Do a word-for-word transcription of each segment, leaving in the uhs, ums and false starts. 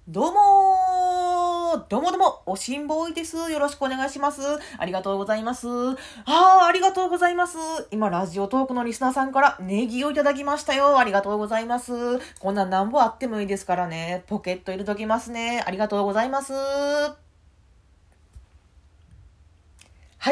どうもーどうもどうも、おしんぼーいです。よろしくお願いします。ありがとうございます。あー、ありがとうございます。今、ラジオトークのリスナーさんからネギをいただきましたよ。ありがとうございます。こんなんなんぼあってもいいですからね。ポケット入れときますね。ありがとうございます。はい、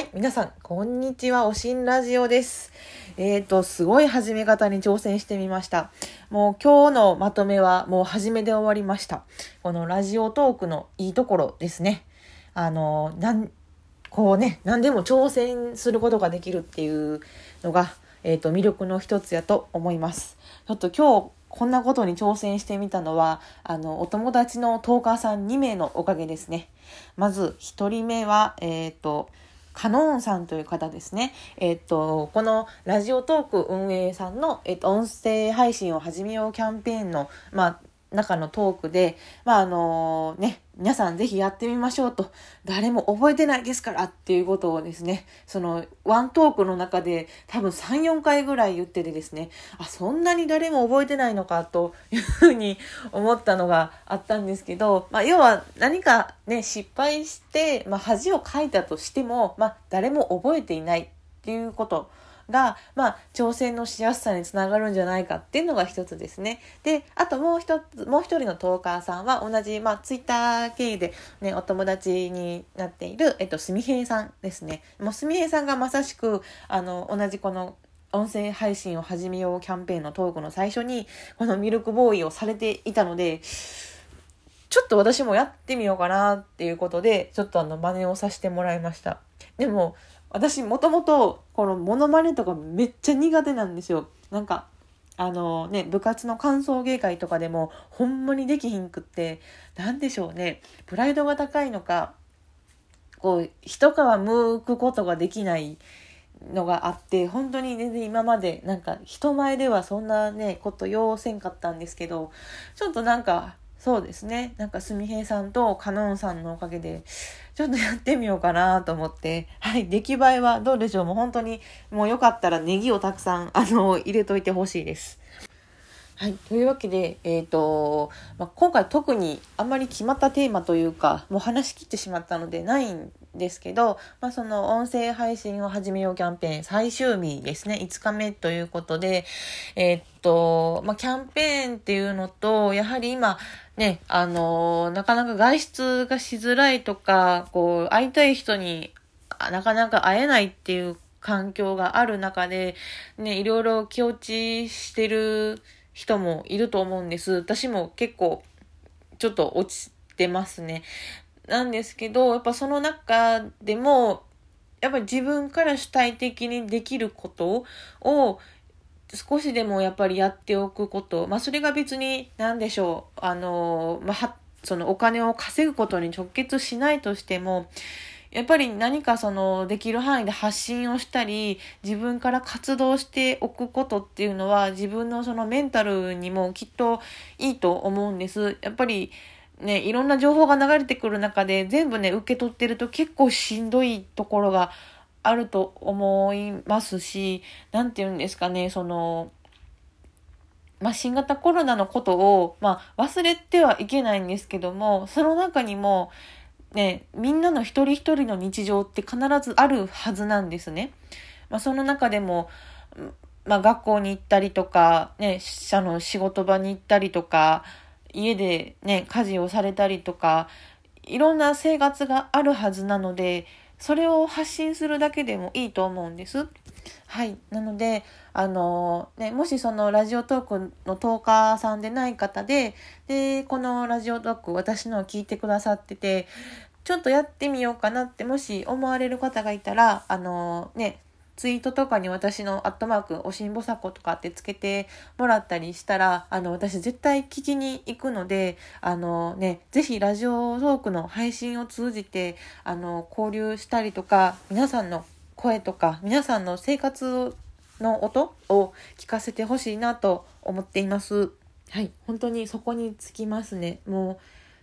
皆さん、こんにちは。おしんラジオです。えーと、すごい始め方に挑戦してみました。もう今日のまとめはもう初めで終わりました。このラジオトークのいいところですね。あの、なん、こうね、何でも挑戦することができるっていうのが、えーと、魅力の一つやと思います。ちょっと今日、こんなことに挑戦してみたのは、あの、お友達のトーカーさんにめいのおかげですね。まず、ひとりめは、えっと、カノーンさんという方ですね。えっと、このラジオトーク運営さんの、えっと、音声配信を始めようキャンペーンの、まあ、中のトークで、まあ、あのね、皆さんぜひやってみましょうと、誰も覚えてないですからっていうことをですね、そのワントークの中で多分さん、よんかいぐらい言っててですね、あ、そんなに誰も覚えてないのかというふうに思ったのがあったんですけど、まあ、要は何かね、失敗して、まあ、恥をかいたとしても、まあ、誰も覚えていないっていうことが、まあ、挑戦のしやすさにつながるんじゃないかっていうのが一つですね。で、あともう一つ、もう一人のトーカーさんは同じ、まあ、ツイッター経由でね、お友達になっている、えっと、すみへいさんですね。もうすみへいさんがまさしく、あの、同じこの、音声配信を始めようキャンペーンのトークの最初に、このミルクボーイをされていたので、ちょっと私もやってみようかなっていうことで、ちょっとあの、真似をさせてもらいました。でも、私もともとこのモノマネとかめっちゃ苦手なんですよ。なんかあのね、部活の歓送迎会とかでもほんまにできひんくって、なんでしょうね、プライドが高いのか、こう一皮むくことができないのがあって、本当に全然今までなんか人前ではそんなねことようせんかったんですけど、ちょっとなんかそうですね、なんかすみへいさんとカノンさんのおかげでちょっとやってみようかなと思って、はい、出来栄えはどうでしょう。もう本当にもうよかったらネギをたくさんあの入れといてほしいです。はい。というわけで、えっと、まあ、今回特にあんまり決まったテーマというか、もう話し切ってしまったのでないんですけど、まあ、その音声配信を始めようキャンペーン最終日ですね、いつかめということで、えっと、まあ、キャンペーンっていうのと、やはり今、ね、あの、なかなか外出がしづらいとか、こう、会いたい人にあなかなか会えないっていう環境がある中で、ね、いろいろ気落ちしてる人もいると思うんです。私も結構ちょっと落ちてますね。なんですけど、やっぱその中でも、やっぱり自分から主体的にできることを少しでもやっぱりやっておくこと。まあそれが別に何でしょう。あの、まあは、そのお金を稼ぐことに直結しないとしても、やっぱり何かそのできる範囲で発信をしたり、自分から活動しておくことっていうのは自分のそのメンタルにもきっといいと思うんです。やっぱりね、いろんな情報が流れてくる中で全部ね、受け取ってると結構しんどいところがあると思いますし、なんて言うんですかね、その、まあ、新型コロナのことを、まあ、忘れてはいけないんですけども、その中にも、ね、みんなの一人一人の日常って必ずあるはずなんですね。まあ、その中でも、まあ、学校に行ったりとか、ね、あの仕事場に行ったりとか、家でね、家事をされたりとか、いろんな生活があるはずなので、それを発信するだけでもいいと思うんです。はい。なので、あのね、もしそのラジオトークのトーカーさんでない方で、で、このラジオトーク私のを聞いてくださってて、ちょっとやってみようかなってもし思われる方がいたら、あのね、ツイートとかに私のアットマーク、おしんぼさことかってつけてもらったりしたら、あの、私絶対聞きに行くので、あのね、ぜひラジオトークの配信を通じて、あの、交流したりとか、皆さんの声とか、皆さんの生活の音を聞かせてほしいなと思っています。はい、本当にそこにつきますね。もう、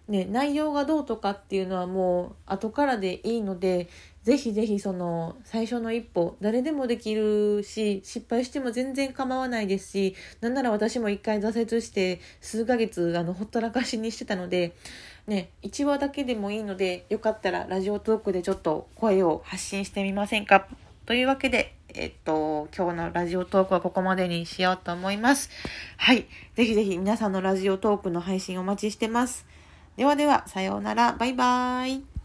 ね、内容がどうとかっていうのはもう後からでいいので、ぜひぜひその最初の一歩、誰でもできるし、失敗しても全然構わないですし、なんなら私も一回挫折して数ヶ月あのほったらかしにしてたので、ね、いちわだけでもいいので、よかったらラジオトークでちょっと声を発信してみませんか。というわけで、えっと、今日のラジオトークはここまでにしようと思います。はい。ぜひぜひ皆さんのラジオトークの配信お待ちしてます。ではでは、さようなら。バイバーイ。